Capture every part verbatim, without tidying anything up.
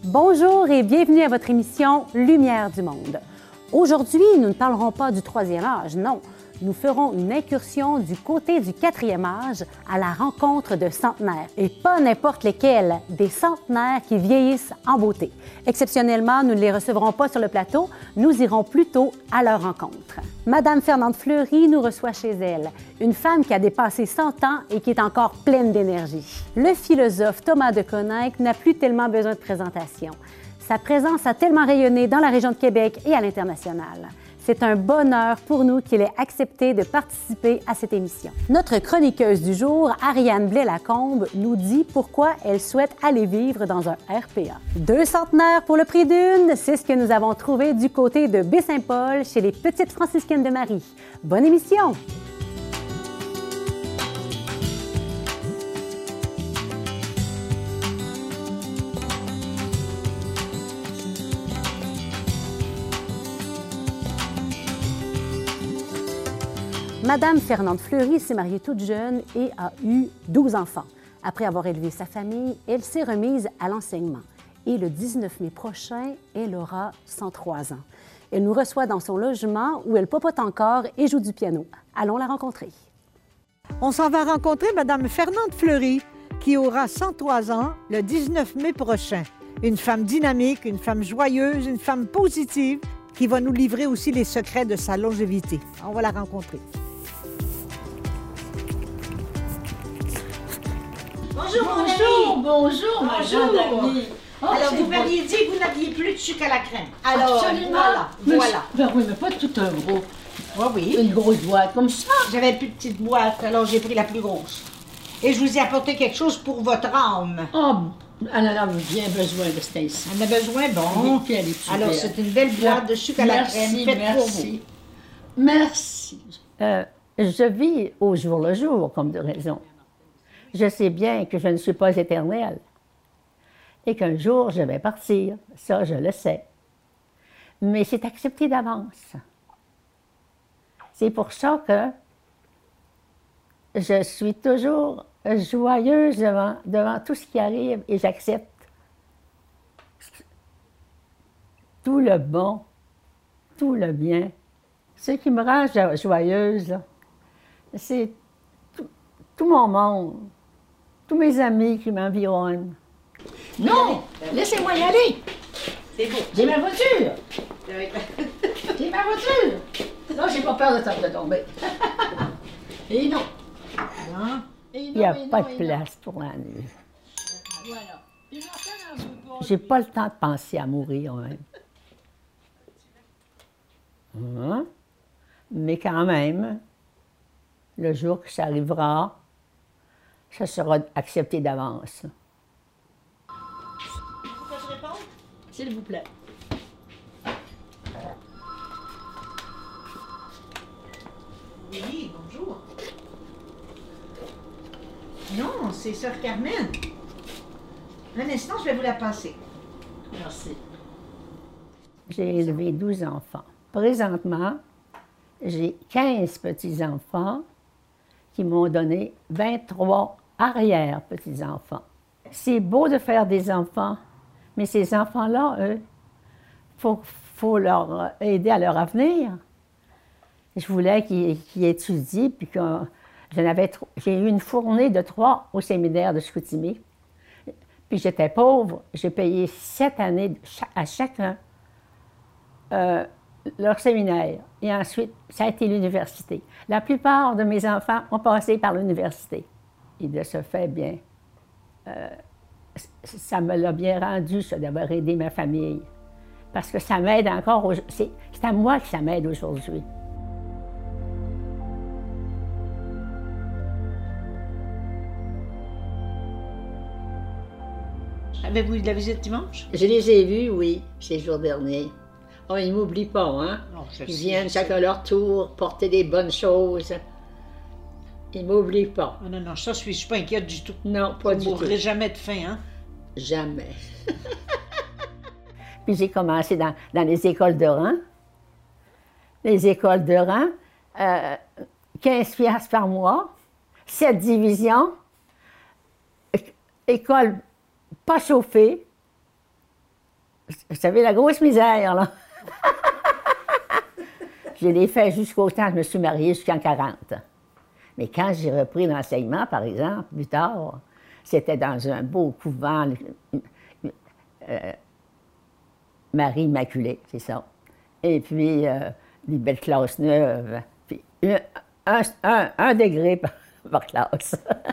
Bonjour et bienvenue à votre émission Lumière du monde. Aujourd'hui, nous ne parlerons pas du troisième âge, non. Nous ferons une incursion du côté du quatrième âge à la rencontre de centenaires. Et pas n'importe lesquels, des centenaires qui vieillissent en beauté. Exceptionnellement, nous ne les recevrons pas sur le plateau, nous irons plutôt à leur rencontre. Madame Fernande Fleury nous reçoit chez elle, une femme qui a dépassé cent ans et qui est encore pleine d'énergie. Le philosophe Thomas de Coninck n'a plus tellement besoin de présentation. Sa présence a tellement rayonné dans la région de Québec et à l'international. C'est un bonheur pour nous qu'il ait accepté de participer à cette émission. Notre chroniqueuse du jour, Ariane Blais-Lacombe, nous dit pourquoi elle souhaite aller vivre dans un R P A. Deux centenaires pour le prix d'une, c'est ce que nous avons trouvé du côté de Baie-Saint-Paul chez les Petites Franciscaines de Marie. Bonne émission! Madame Fernande Fleury s'est mariée toute jeune et a eu douze enfants. Après avoir élevé sa famille, elle s'est remise à l'enseignement. Et le dix-neuf mai prochain, elle aura cent trois ans. Elle nous reçoit dans son logement où elle popote encore et joue du piano. Allons la rencontrer. On s'en va rencontrer Madame Fernande Fleury, qui aura cent trois ans le dix-neuf mai prochain. Une femme dynamique, une femme joyeuse, une femme positive, qui va nous livrer aussi les secrets de sa longévité. On va la rencontrer. Bonjour, mon ami. Bonjour, ma jeune amie. Oh, alors, vous m'aviez dit que vous n'aviez plus de sucre à la crème. Alors, absolument. Voilà. Mais voilà. Ben oui, mais pas tout un gros. Oui, oui. Une grosse boîte comme ça. J'avais plus de petite boîte, alors j'ai pris la plus grosse. Et je vous ai apporté quelque chose pour votre âme. Oh, elle en a bien besoin de ce temps-ci. Elle en a besoin, bon. Puis elle est super. Alors, c'est une belle boîte de sucre à la crème faite pour vous. Merci. Euh, je vis au jour le jour, comme de raison. Je sais bien que je ne suis pas éternelle et qu'un jour je vais partir, ça je le sais. Mais c'est accepté d'avance. C'est pour ça que je suis toujours joyeuse devant, devant tout ce qui arrive et j'accepte tout le bon, tout le bien. Ce qui me rend jo joyeuse, c'est tout, tout mon monde, tous mes amis qui m'environnent. Non, laissez-moi y aller. C'est beau. J'ai ma voiture. J'ai ma voiture. Non, j'ai pas peur de, de tomber. Et non. Non. Et non, Il n'y a et pas non, de et place pour la nuit. Voilà. Et j'entends dans vos bas- J'ai pas le temps de penser à mourir même. Hein? Mais quand même, le jour que ça arrivera, ça sera accepté d'avance. Vous pouvez répondre? S'il vous plaît. Oui, bonjour. Non, c'est Sœur Carmen. Un instant, je vais vous la passer. Merci. J'ai élevé douze enfants. Présentement, j'ai quinze petits-enfants qui m'ont donné vingt-trois arrière-petits-enfants. C'est beau de faire des enfants, mais ces enfants-là, eux, il faut, faut leur aider à leur avenir. Je voulais qu'ils qu'ils étudient, puis que j'en avais, j'ai eu une fournée de trois au séminaire de Chicoutimi. Puis j'étais pauvre, j'ai payé sept années à chacun euh, leur séminaire. Et ensuite, ça a été l'université. La plupart de mes enfants ont passé par l'université. Et de ce fait, bien, euh, ça me l'a bien rendu, ça, d'avoir aidé ma famille. Parce que ça m'aide encore, c'est à moi que ça m'aide aujourd'hui. Avez-vous eu de la visite dimanche? Je les ai vus, oui, ces jours derniers. Oh, ils ne m'oublient pas, hein? Non, je Ils sais, viennent je sais. chacun leur tour, porter des bonnes choses. Ils ne m'oublient pas. Oh non, non, ça, je suis, je suis pas inquiète du tout. Non, pas Vous du ne mourrez tout. jamais de faim, hein? Jamais. Puis j'ai commencé dans, dans les écoles de rang. Les écoles de rang, euh, quinze piastres par mois, sept divisions, école pas chauffée, Vous savez, la grosse misère, là. Je l'ai fait jusqu'au temps que je me suis mariée, jusqu'en quarante. Mais quand j'ai repris l'enseignement, par exemple, plus tard, c'était dans un beau couvent, euh, Marie Immaculée, c'est ça. Et puis, euh, des belles classes neuves. Puis, un, un, un, un degré par, par classe.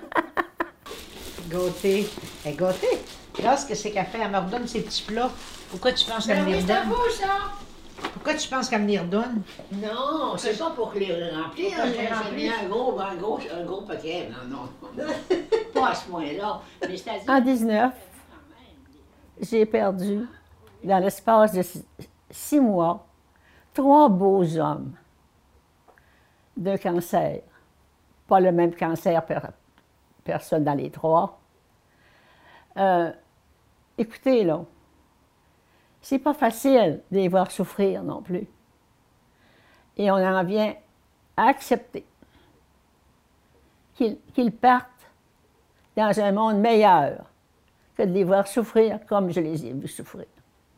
Gâtée. Elle est gâtée. Là, ce que c'est qu'elle fait, elle me redonne ses petits plats. Pourquoi tu penses qu'elle me les oui, c'est à redonne? vous, ça! Pourquoi tu penses qu'elle me les redonne? Non, c'est pas pour les remplir. Pourquoi je les J'ai remplis? mis un gros, un gros, un gros paquet. Non, non. Pas à ce point-là. Mais c'est-à-dire... En dix-neuf, j'ai perdu, dans l'espace de six, six mois, trois beaux hommes de cancer. Pas le même cancer, per, personne dans les trois. Euh, écoutez, là, c'est pas facile de les voir souffrir non plus. Et on en vient à accepter qu'ils qu'ils partent dans un monde meilleur que de les voir souffrir comme je les ai vus souffrir.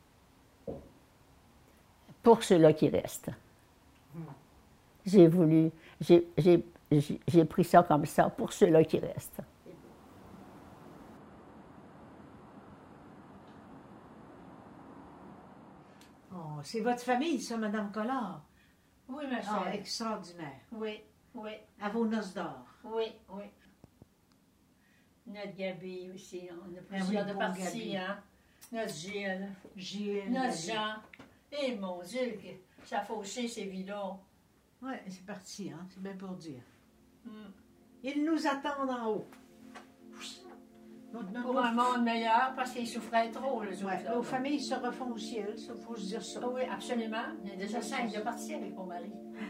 Pour ceux-là qui restent. J'ai voulu, j'ai, j'ai, j'ai pris ça comme ça, pour ceux-là qui restent. Oh, c'est votre famille, ça, Madame Collard. Oui, ma Ah, chère. extraordinaire. Oui, oui, À vos noces d'or. oui, oui. Notre Gabi aussi, on a Ah oui, plusieurs de bon parties, Gabi. hein. Notre Gilles, Gilles. notre Gabi. Jean. Et mon Dieu, que ça a fauché ces vies-là. Oui, c'est parti, hein? C'est bien pour dire. Mm. Ils nous attendent en haut. Nos, nos- Pour nos- un monde meilleur, parce qu'ils souffraient trop, les ouais, autres. là. nos familles se refont au ciel, il faut se dire ça. Ah oui, absolument. Il y a déjà cinq de partis avec mon mari. Hey,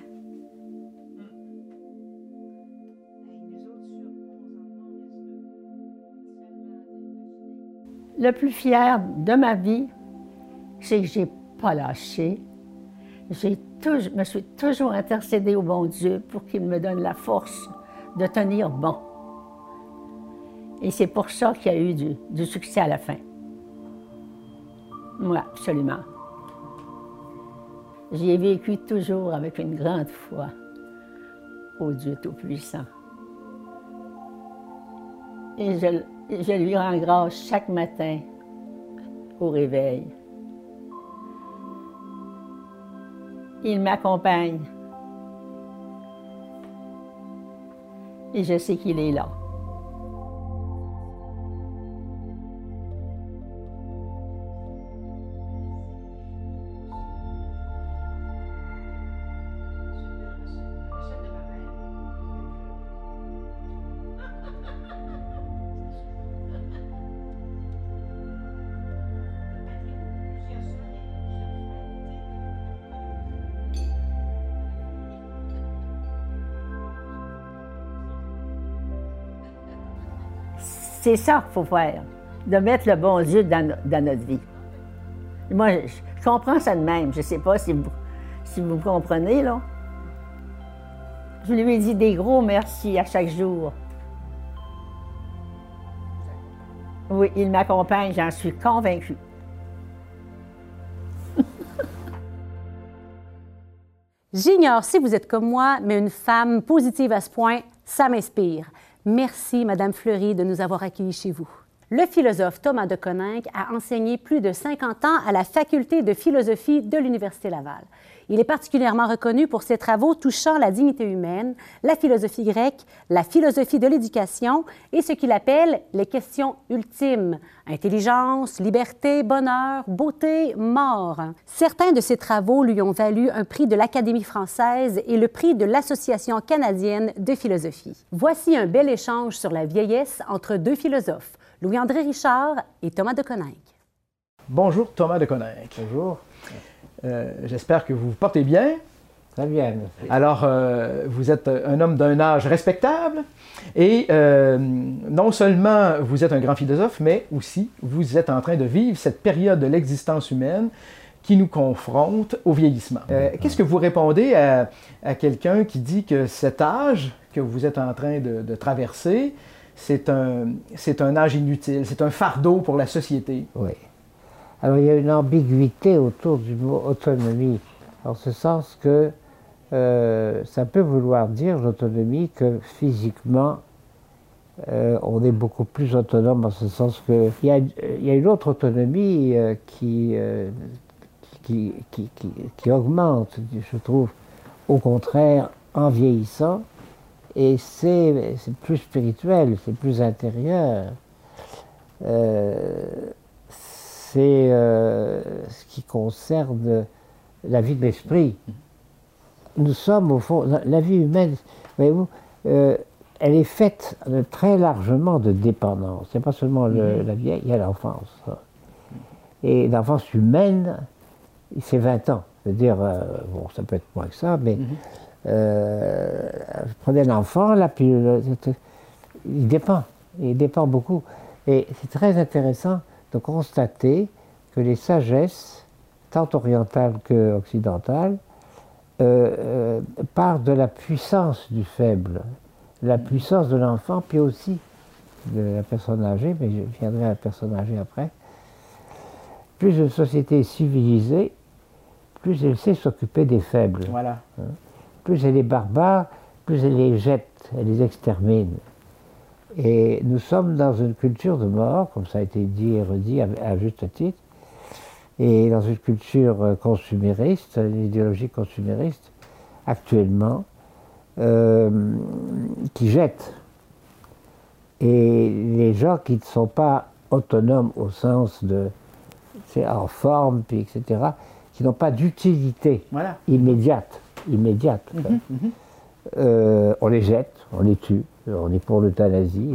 nous autres, sur onze enfants, on reste Le plus fier de ma vie, c'est que je n'ai pas lâché. J'ai toujours, me suis toujours intercédée au bon Dieu pour qu'il me donne la force de tenir bon. Et c'est pour ça qu'il y a eu du, du succès à la fin. Oui, absolument. J'y ai vécu toujours avec une grande foi au Dieu Tout-Puissant. Et je, je lui rends grâce chaque matin au réveil. Il m'accompagne. Et je sais qu'il est là. C'est ça qu'il faut faire, de mettre le bon Dieu dans, no- dans notre vie. Moi, je, je comprends ça de même. Je ne sais pas si vous, si vous comprenez, là. Je lui ai dit des gros merci à chaque jour. Oui, il m'accompagne, j'en suis convaincue. J'ignore si vous êtes comme moi, mais une femme positive à ce point, ça m'inspire. Merci, Madame Fleury, de nous avoir accueillis chez vous. Le philosophe Thomas de Coninck a enseigné plus de cinquante ans à la faculté de philosophie de l'Université Laval. Il est particulièrement reconnu pour ses travaux touchant la dignité humaine, la philosophie grecque, la philosophie de l'éducation et ce qu'il appelle les questions ultimes, intelligence, liberté, bonheur, beauté, mort. Certains de ses travaux lui ont valu un prix de l'Académie française et le prix de l'Association canadienne de philosophie. Voici un bel échange sur la vieillesse entre deux philosophes, Louis-André Richard et Thomas de Coninck. Bonjour Thomas de Coninck. Bonjour. Euh, J'espère que vous vous portez bien. Très bien, merci. Alors, euh, vous êtes un homme d'un âge respectable et euh, non seulement vous êtes un grand philosophe, mais aussi vous êtes en train de vivre cette période de l'existence humaine qui nous confronte au vieillissement. Euh, Qu'est-ce que vous répondez à, à quelqu'un qui dit que cet âge que vous êtes en train de, de traverser, c'est un, c'est un âge inutile, c'est un fardeau pour la société? Oui. Alors il y a une ambiguïté autour du mot autonomie, en ce sens que euh, ça peut vouloir dire l'autonomie que physiquement euh, on est beaucoup plus autonome, en ce sens que il y a, il y a une autre autonomie euh, qui, euh, qui, qui, qui, qui augmente, je trouve, au contraire, en vieillissant, et c'est plus spirituel, c'est plus intérieur. Euh, c'est euh, ce qui concerne la vie de l'esprit. Nous sommes, au fond, la, la vie humaine, voyez-vous, euh, elle est faite très largement de dépendance. C'est pas seulement le, la vieille, il y a l'enfance. Et l'enfance humaine, c'est vingt ans. C'est-à-dire, euh, bon, ça peut être moins que ça, mais euh, prenez l'enfant, là, puis euh, il dépend. Il dépend beaucoup. Et c'est très intéressant de constater que les sagesses, tant orientales qu'occidentales, euh, euh, partent de la puissance du faible, la puissance de l'enfant, puis aussi de la personne âgée, mais je viendrai à la personne âgée après. Plus une société est civilisée, plus elle sait s'occuper des faibles. Voilà. Hein? Plus elle est barbare, plus elle les jette, elle les extermine. Et nous sommes dans une culture de mort, comme ça a été dit et redit à, à juste titre, et dans une culture consumériste, une idéologie consumériste, actuellement, euh, qui jette. Et les gens qui ne sont pas autonomes au sens de, c'est en forme, puis et cetera, qui n'ont pas d'utilité voilà. immédiate, immédiate. Mm-hmm, hein. mm-hmm. Euh, on les jette, on les tue, on est pour l'euthanasie,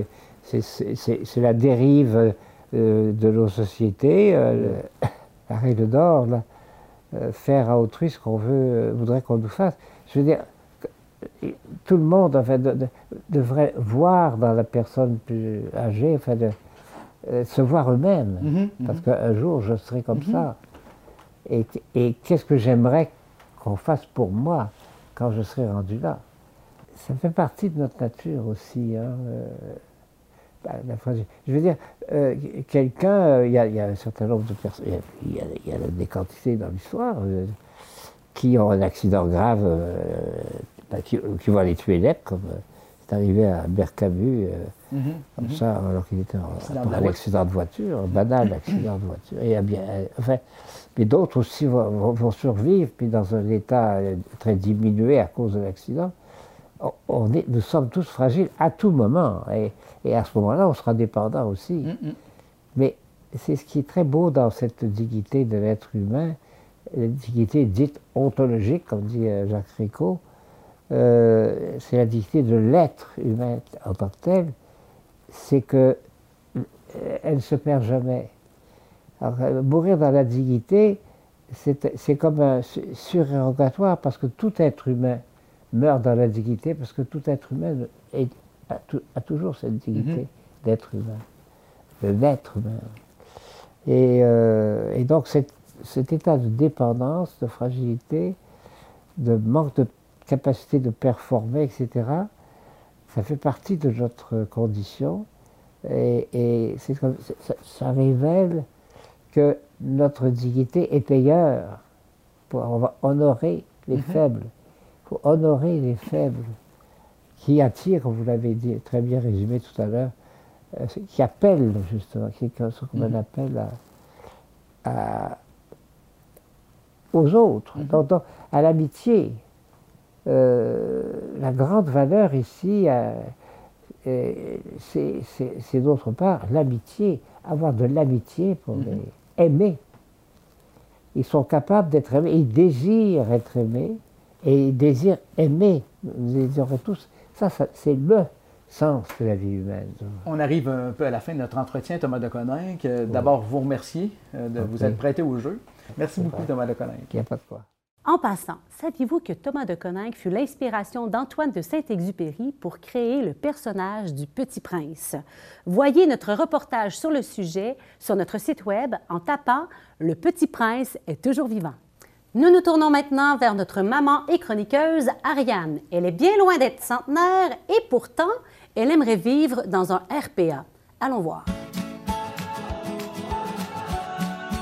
c'est la dérive euh, de nos sociétés, euh, la règle d'or, euh, faire à autrui ce qu'on veut, euh, voudrait qu'on nous fasse. Je veux dire, tout le monde en fait, de, de, devrait voir dans la personne plus âgée, enfin, de, euh, se voir eux-mêmes, mm-hmm, parce mm-hmm. qu'un jour je serai comme mm-hmm. ça. Et, et qu'est-ce que j'aimerais qu'on fasse pour moi quand je serai rendu là? Ça fait partie de notre nature aussi. Hein. Euh, bah, la phrase, je veux dire, euh, quelqu'un, il euh, y, y a un certain nombre de personnes, il y, y, y a des quantités dans l'histoire euh, qui ont un accident grave, euh, bah, qui, qui vont aller tuer net, comme euh, c'est arrivé à Bercamus, euh, mm-hmm, comme mm-hmm. ça, alors qu'il était en un accident de voiture, un banal accident de voiture. Et, eh bien, euh, enfin, mais d'autres aussi vont, vont, vont survivre, puis dans un état très diminué à cause de l'accident. On est, nous sommes tous fragiles à tout moment, et, et à ce moment-là, on sera dépendant aussi. Mm-hmm. Mais c'est ce qui est très beau dans cette dignité de l'être humain, la dignité dite ontologique, comme dit Jacques Ricot, euh, c'est la dignité de l'être humain en tant que tel, c'est qu'elle ne se perd jamais. Alors, mourir dans la dignité, c'est comme un surérogatoire, parce que tout être humain meurt dans la dignité, parce que tout être humain est, a, tout, a toujours cette dignité mm-hmm. d'être humain, de l'être humain. Et, euh, et donc cet, cet état de dépendance, de fragilité, de manque de capacité de performer, et cetera, ça fait partie de notre condition, et, et comme, ça, ça révèle que notre dignité est ailleurs. Pour, on va honorer les mm-hmm. faibles. Il faut honorer les faibles qui attirent, comme vous l'avez dit, très bien résumé tout à l'heure, euh, qui appellent justement, qui est ce qu'on mm-hmm. appelle à, à, aux autres, mm-hmm. donc, donc, à l'amitié. Euh, la grande valeur ici, euh, c'est d'autre part l'amitié, avoir de l'amitié pour mm-hmm. les aimer. Ils sont capables d'être aimés, ils désirent être aimés, et ils désirent aimer. Nous désirons tous. Ça, ça c'est le sens de la vie humaine. On arrive un peu à la fin de notre entretien, Thomas de Coninck. D'abord, vous remercier de okay. vous être prêté au jeu. Merci beaucoup, Thomas de Coninck. Il n'y a pas de quoi. En passant, saviez-vous que Thomas de Coninck fut l'inspiration d'Antoine de Saint-Exupéry pour créer le personnage du Petit Prince? Voyez notre reportage sur le sujet sur notre site web en tapant « Le Petit Prince est toujours vivant ». Nous nous tournons maintenant vers notre maman et chroniqueuse Ariane. Elle est bien loin d'être centenaire et pourtant, elle aimerait vivre dans un R P A. Allons voir.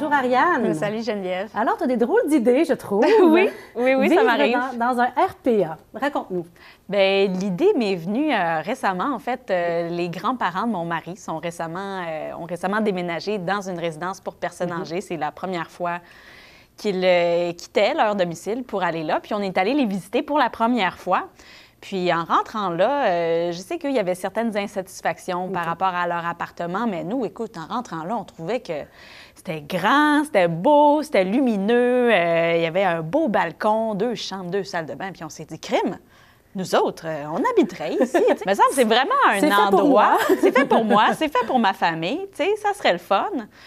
Bonjour Ariane. Salut Geneviève. Alors, tu as des drôles d'idées, je trouve. oui, oui, oui, Vivre ça m'arrive. Dans, dans un R P A. Raconte-nous. Bien, l'idée m'est venue euh, récemment. En fait, euh, les grands-parents de mon mari sont récemment, euh, ont récemment déménagé dans une résidence pour personnes mm-hmm. âgées. C'est la première fois qu'ils euh, quittaient leur domicile pour aller là. Puis on est allé les visiter pour la première fois. Puis en rentrant là, euh, je sais qu'il y avait certaines insatisfactions par rapport à leur appartement, mais nous, écoute, en rentrant là, on trouvait que c'était grand, c'était beau, c'était lumineux, euh, il y avait un beau balcon, deux chambres, deux salles de bain, puis on s'est dit, crime! Nous autres, euh, on habiterait ici. Il me semble que c'est vraiment un endroit. C'est fait pour moi, c'est fait pour ma famille, tu sais, ça serait le fun.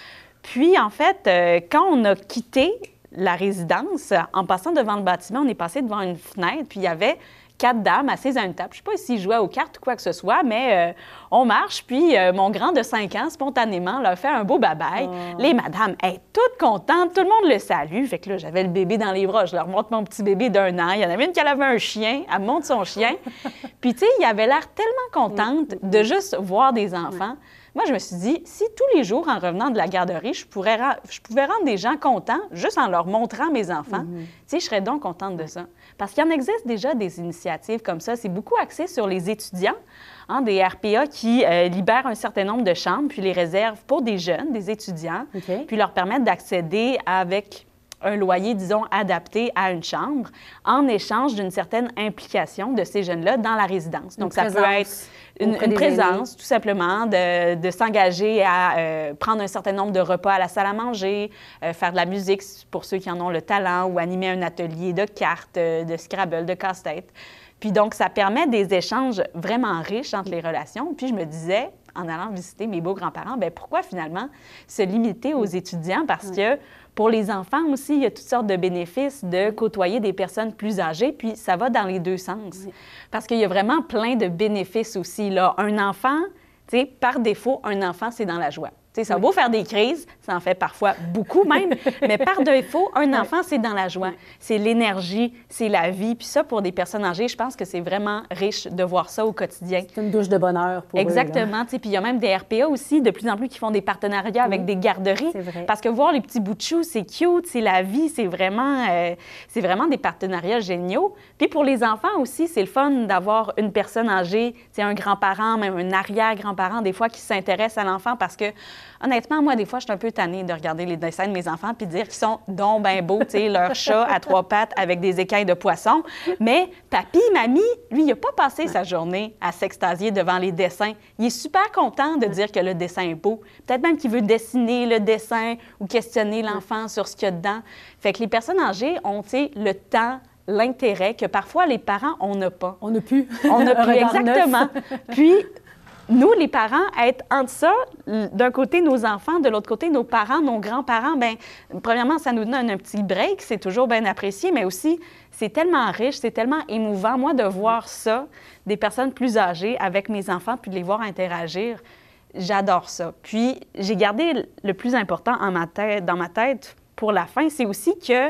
Puis en fait, euh, quand on a quitté la résidence, en passant devant le bâtiment, on est passé devant une fenêtre, puis il y avait quatre dames assises à une table. Je ne sais pas s'ils jouaient aux cartes ou quoi que ce soit, mais euh, on marche, puis euh, mon grand de cinq ans, spontanément, leur fait un beau bye-bye. Oh. Les madames, elles, toutes contentes, tout le monde le salue. Fait que là, j'avais le bébé dans les bras, je leur montre mon petit bébé d'un an. Il y en avait une qui avait un chien, elle me montre son chien. Puis, tu sais, il avait l'air tellement contente de juste voir des enfants. Moi, je me suis dit, si tous les jours, en revenant de la garderie, je, pourrais ra- je pouvais rendre des gens contents juste en leur montrant mes enfants, mm-hmm. tu sais, je serais donc contente de ça. Parce qu'il y en existe déjà des initiatives comme ça. C'est beaucoup axé sur les étudiants, hein, des R P A qui euh, libèrent un certain nombre de chambres, puis les réservent pour des jeunes, des étudiants, okay. puis leur permettent d'accéder avec un loyer, disons, adapté à une chambre, en échange d'une certaine implication de ces jeunes-là dans la résidence. Donc, une ça présence. peut être une, une présence, tout simplement, de, de s'engager à euh, prendre un certain nombre de repas à la salle à manger, euh, faire de la musique pour ceux qui en ont le talent, ou animer un atelier de cartes, de Scrabble, de casse-tête. Puis donc, ça permet des échanges vraiment riches entre les relations. Puis je me disais, en allant visiter mes beaux-grands-parents, bien, pourquoi finalement se limiter aux étudiants? Parce oui. que pour les enfants aussi, il y a toutes sortes de bénéfices de côtoyer des personnes plus âgées, puis ça va dans les deux sens. Oui. Parce qu'il y a vraiment plein de bénéfices aussi. Là. Un enfant, tu sais, par défaut, un enfant, c'est dans la joie. T'sais, ça a beau faire des crises, ça en fait parfois beaucoup même, mais par défaut, un enfant, c'est dans la joie. C'est l'énergie, c'est la vie. Puis ça, pour des personnes âgées, je pense que c'est vraiment riche de voir ça au quotidien. C'est une douche de bonheur pour Exactement. eux. Puis il y a même des R P A aussi, de plus en plus, qui font des partenariats avec oui. des garderies. C'est vrai. Parce que voir les petits bouts de chou, c'est cute, c'est la vie, c'est vraiment, euh, c'est vraiment des partenariats géniaux. Puis pour les enfants aussi, c'est le fun d'avoir une personne âgée, un grand-parent, même un arrière-grand-parent, des fois, qui s'intéresse à l'enfant parce que honnêtement, moi, des fois, je suis un peu tannée de regarder les dessins de mes enfants puis de dire qu'ils sont donc ben beaux, tu sais, leur chat à trois pattes avec des écailles de poisson. Mais papy, mamie, lui, il n'a pas passé sa journée à s'extasier devant les dessins. Il est super content de dire que le dessin est beau. Peut-être même qu'il veut dessiner le dessin ou questionner l'enfant sur ce qu'il y a dedans. Fait que les personnes âgées ont, tu sais, le temps, l'intérêt que parfois les parents, on n'a pas. On n'a plus. On n'a plus, exactement. Puis, nous, les parents, être entre ça, d'un côté nos enfants, de l'autre côté nos parents, nos grands-parents, bien, premièrement, ça nous donne un petit break, c'est toujours bien apprécié, mais aussi, c'est tellement riche, c'est tellement émouvant, moi, de voir ça, des personnes plus âgées avec mes enfants, puis de les voir interagir. J'adore ça. Puis, j'ai gardé le plus important en ma tête, dans ma tête pour la fin, c'est aussi que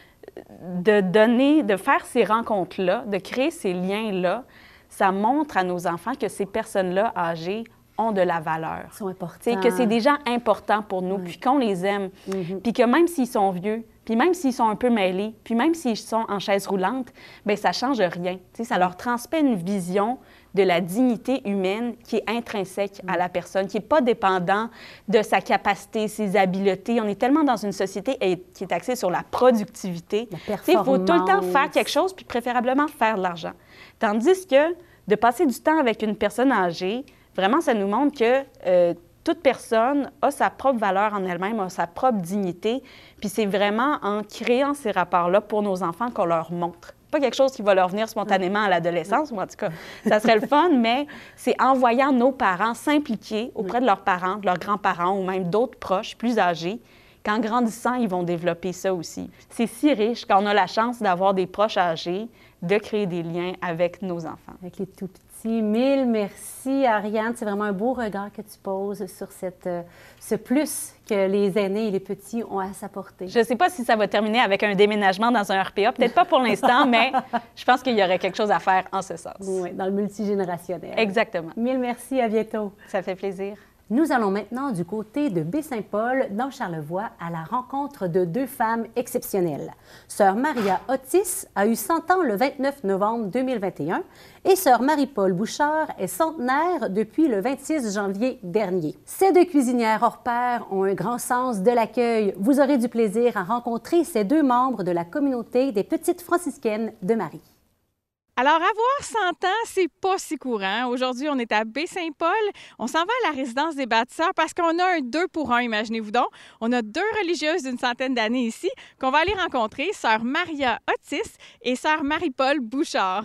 de donner, de faire ces rencontres-là, de créer ces liens-là, ça montre à nos enfants que ces personnes-là âgées ont de la valeur. Ils sont importants. T'sais, que c'est des gens importants pour nous, oui. puis qu'on les aime, mm-hmm. puis que même s'ils sont vieux, puis même s'ils sont un peu mêlés, puis même s'ils sont en chaise roulante, bien, ça ne change rien. T'sais, ça leur transmet une vision de la dignité humaine qui est intrinsèque à la personne, qui n'est pas dépendant de sa capacité, ses habiletés. On est tellement dans une société qui est axée sur la productivité. La performance. Il faut tout le temps faire quelque chose, puis préférablement faire de l'argent. Tandis que de passer du temps avec une personne âgée, vraiment, ça nous montre que euh, toute personne a sa propre valeur en elle-même, a sa propre dignité, puis c'est vraiment en créant ces rapports-là pour nos enfants qu'on leur montre. Pas quelque chose qui va leur venir spontanément à l'adolescence, ou en tout cas, ça serait le fun, mais c'est en voyant nos parents s'impliquer auprès oui. de leurs parents, de leurs grands-parents ou même d'autres proches plus âgés, qu'en grandissant, ils vont développer ça aussi. C'est si riche quand on a la chance d'avoir des proches âgés, de créer des liens avec nos enfants. Avec les tout-petits. Mille merci, Ariane. C'est vraiment un beau regard que tu poses sur cette, euh, ce plus que les aînés et les petits ont à s'apporter. Je ne sais pas si ça va terminer avec un déménagement dans un R P A. Peut-être pas pour l'instant, mais je pense qu'il y aurait quelque chose à faire en ce sens. Oui, dans le multigénérationnel. Exactement. Mille merci. À bientôt. Ça fait plaisir. Nous allons maintenant du côté de Baie-Saint-Paul, dans Charlevoix, à la rencontre de deux femmes exceptionnelles. Sœur Maria Otis a eu cent ans le vingt-neuf novembre deux mille vingt et un et sœur Marie-Paul Bouchard est centenaire depuis le vingt-six janvier dernier. Ces deux cuisinières hors pair ont un grand sens de l'accueil. Vous aurez du plaisir à rencontrer ces deux membres de la communauté des Petites franciscaines de Marie. Alors, avoir cent ans, c'est pas si courant. Aujourd'hui, on est à Baie-Saint-Paul. On s'en va à la résidence des bâtisseurs parce qu'on a un deux pour un, imaginez-vous donc. On a deux religieuses d'une centaine d'années ici qu'on va aller rencontrer, sœur Maria Otis et sœur Marie-Paul Bouchard.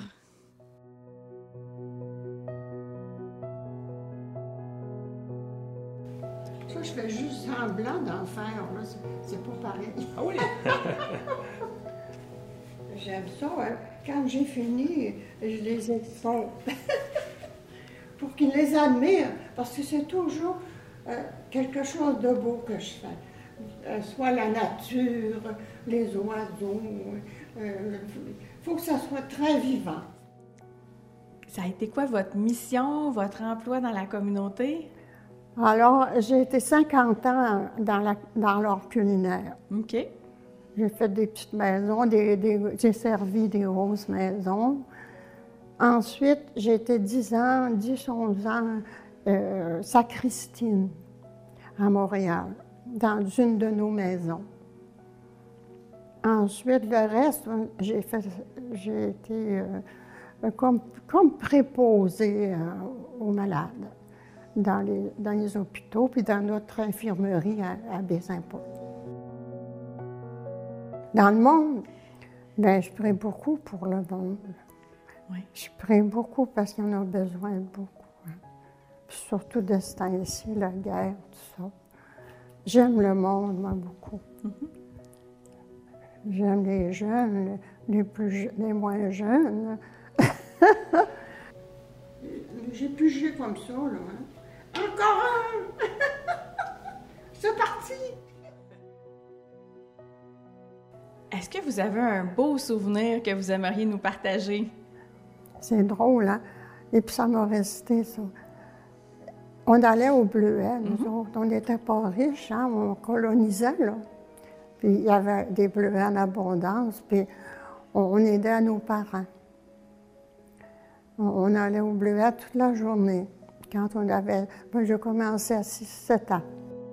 Ça, je fais juste semblant d'en faire, là. C'est pas pareil. Ah oui? J'aime ça. Hein? Quand j'ai fini, je les expose pour qu'ils les admirent, parce que c'est toujours euh, quelque chose de beau que je fais. Euh, soit la nature, les oiseaux. Il euh, faut que ça soit très vivant. Ça a été quoi votre mission, votre emploi dans la communauté? Alors, j'ai été cinquante ans dans, la, dans l'art culinaire. OK. J'ai fait des petites maisons, des, des, j'ai servi des grosses maisons. Ensuite, j'ai été dix ans, dix, onze ans, euh, sacristine à Montréal, dans une de nos maisons. Ensuite, le reste, j'ai fait, j'ai été euh, comme, comme préposée euh, aux malades dans les, dans les hôpitaux, puis dans notre infirmerie à, à Baie-Saint-Paul. Dans le monde, bien, je prie beaucoup pour le monde. Oui. Je prie beaucoup parce qu'il y en a besoin de beaucoup. Hein. Puis surtout de ce temps-ci, la guerre, tout ça. J'aime le monde, moi, beaucoup. Mm-hmm. J'aime les jeunes, les, plus, les moins jeunes. J'ai pigé comme ça, là. Hein? Encore un! C'est parti! Est-ce que vous avez un beau souvenir que vous aimeriez nous partager? C'est drôle, hein? Et puis ça m'a resté, ça. On allait au Bleuet, nous mm-hmm. autres. On n'était pas riches, hein? On colonisait, là. Puis il y avait des bleuets en abondance, puis on, on aidait à nos parents. On, on allait au Bleuet toute la journée. Quand on avait... Moi, j'ai commencé à six sept ans.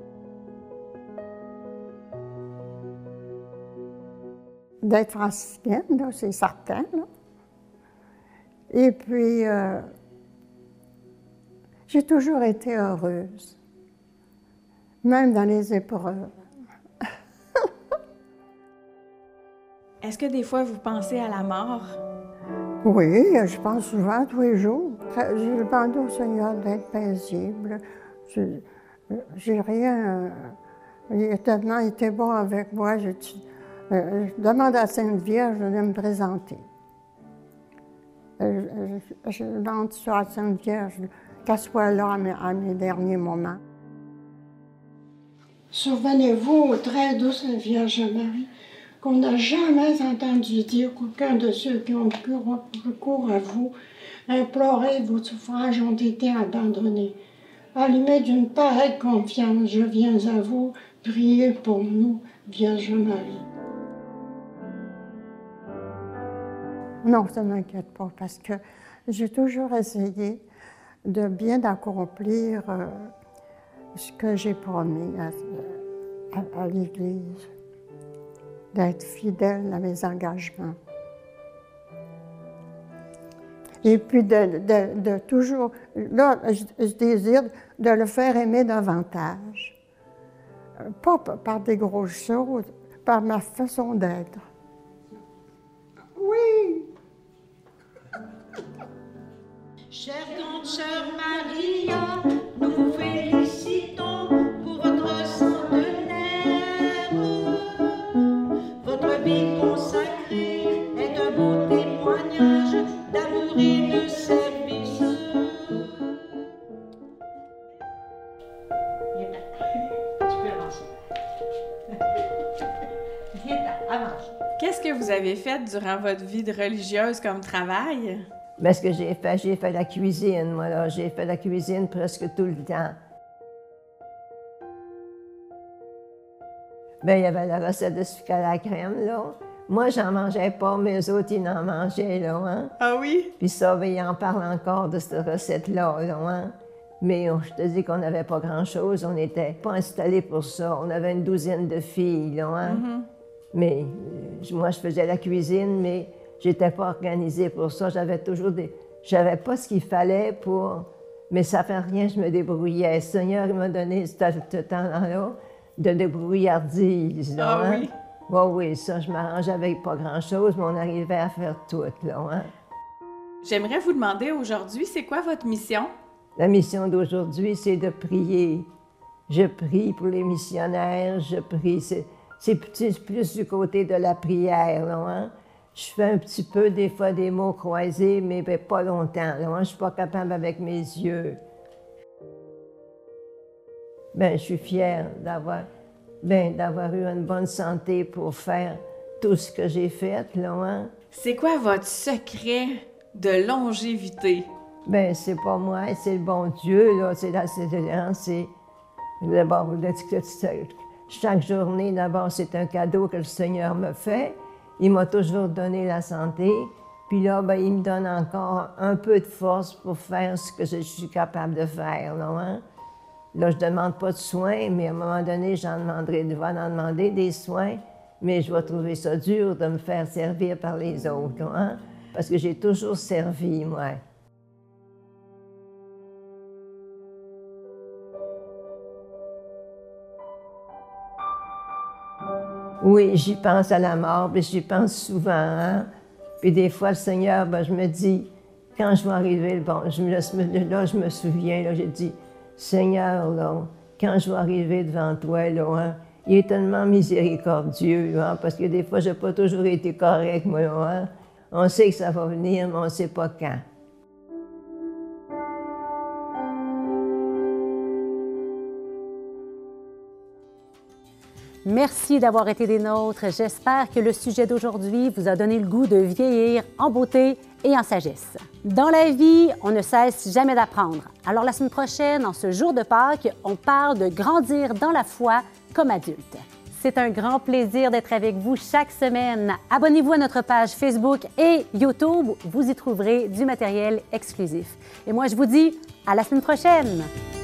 D'être franciscaine, là, c'est certain, là. Et puis, euh, j'ai toujours été heureuse, même dans les épreuves. Est-ce que des fois, vous pensez à la mort? Oui, je pense souvent, tous les jours. Je demande au Seigneur d'être paisible. Je j'ai rien... Il a tellement été bon avec moi. Je, je demande à la Sainte Vierge de me présenter. Je, je, je demande sur la Sainte Vierge qu'elle soit là à mes, à mes derniers moments. Souvenez-vous, très douce Vierge Marie, qu'on n'a jamais entendu dire qu'aucun de ceux qui ont recours à vous, imploré vos suffrages, ont été abandonnés. Allumés d'une pareille confiance, je viens à vous, priez pour nous, Vierge Marie. Non, ça ne m'inquiète pas, parce que j'ai toujours essayé de bien accomplir euh, ce que j'ai promis à, à, à l'Église, d'être fidèle à mes engagements. Et puis de, de, de toujours, là, je, je désire de le faire aimer davantage. Pas par des grosses choses, par ma façon d'être. Oui! Chère grande sœur Maria, nous vous félicitons pour votre centenaire. Votre vie consacrée est un beau témoignage d'amour et de service. Viens là. Tu peux avancer. Viens là, avance. Qu'est-ce que vous avez fait durant votre vie de religieuse comme travail? Mais ce que j'ai fait, j'ai fait la cuisine, moi, là. J'ai fait la cuisine presque tout le temps. Bien, il y avait la recette de sucre à la crème, là. Moi, j'en mangeais pas, mais eux autres, ils en mangeaient, là, hein. Ah oui? Puis ça, ben, ils en parlent encore de cette recette-là, là, hein. Mais oh, je te dis qu'on n'avait pas grand-chose, on n'était pas installés pour ça. On avait une douzaine de filles, là, hein. Mm-hmm. Mais euh, moi, je faisais la cuisine, mais j'étais pas organisée pour ça. J'avais toujours des... J'avais pas ce qu'il fallait pour... Mais ça fait rien, je me débrouillais. Le Seigneur, il m'a donné ce, ce temps-là de débrouillardise, là, Ah hein. oui? Oui, oui, ça, je m'arrangeais avec pas grand-chose, mais on arrivait à faire tout, là, hein. J'aimerais vous demander aujourd'hui, c'est quoi votre mission? La mission d'aujourd'hui, c'est de prier. Je prie pour les missionnaires, je prie. C'est, c'est plus, plus du côté de la prière, là, hein. Je fais un petit peu, des fois, des mots croisés, mais ben, pas longtemps, là, hein. Je suis pas capable avec mes yeux. Ben, je suis fière d'avoir, ben, d'avoir eu une bonne santé pour faire tout ce que j'ai fait, là, hein. C'est quoi votre secret de longévité? Ben, c'est pas moi, c'est le bon Dieu, là. C'est la c'est, c'est d'abord, chaque journée, d'abord, c'est un cadeau que le Seigneur me fait. Il m'a toujours donné la santé. Puis là, ben, il me donne encore un peu de force pour faire ce que je suis capable de faire, là, hein? Là, je ne demande pas de soins, mais à un moment donné, j'en demanderai, je vais en demander des soins, mais je vais trouver ça dur de me faire servir par les autres, là, hein? Parce que j'ai toujours servi, moi. Oui, j'y pense à la mort, puis j'y pense souvent, hein? Puis des fois, le Seigneur, ben, je me dis, quand je vais arriver, bon, je me, là, je me souviens, là, j'ai dit, Seigneur, là, quand je vais arriver devant toi, là, hein, il est tellement miséricordieux, hein, parce que des fois, je n'ai pas toujours été correct, moi, là, hein? On sait que ça va venir, mais on ne sait pas quand. Merci d'avoir été des nôtres. J'espère que le sujet d'aujourd'hui vous a donné le goût de vieillir en beauté et en sagesse. Dans la vie, on ne cesse jamais d'apprendre. Alors la semaine prochaine, en ce jour de Pâques, on parle de grandir dans la foi comme adulte. C'est un grand plaisir d'être avec vous chaque semaine. Abonnez-vous à notre page Facebook et YouTube. Vous y trouverez du matériel exclusif. Et moi, je vous dis à la semaine prochaine!